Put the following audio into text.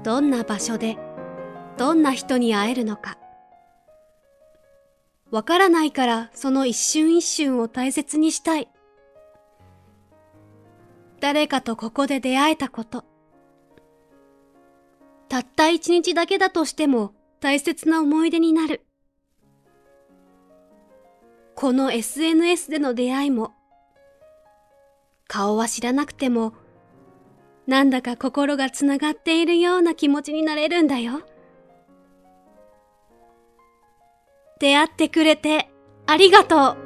どんな場所で、どんな人に会えるのか。わからないからその一瞬一瞬を大切にしたい。誰かとここで出会えたこと。たった一日だけだとしても大切な思い出になる。この SNS での出会いも、顔は知らなくても、なんだか心がつながっているような気持ちになれるんだよ。出会ってくれてありがとう。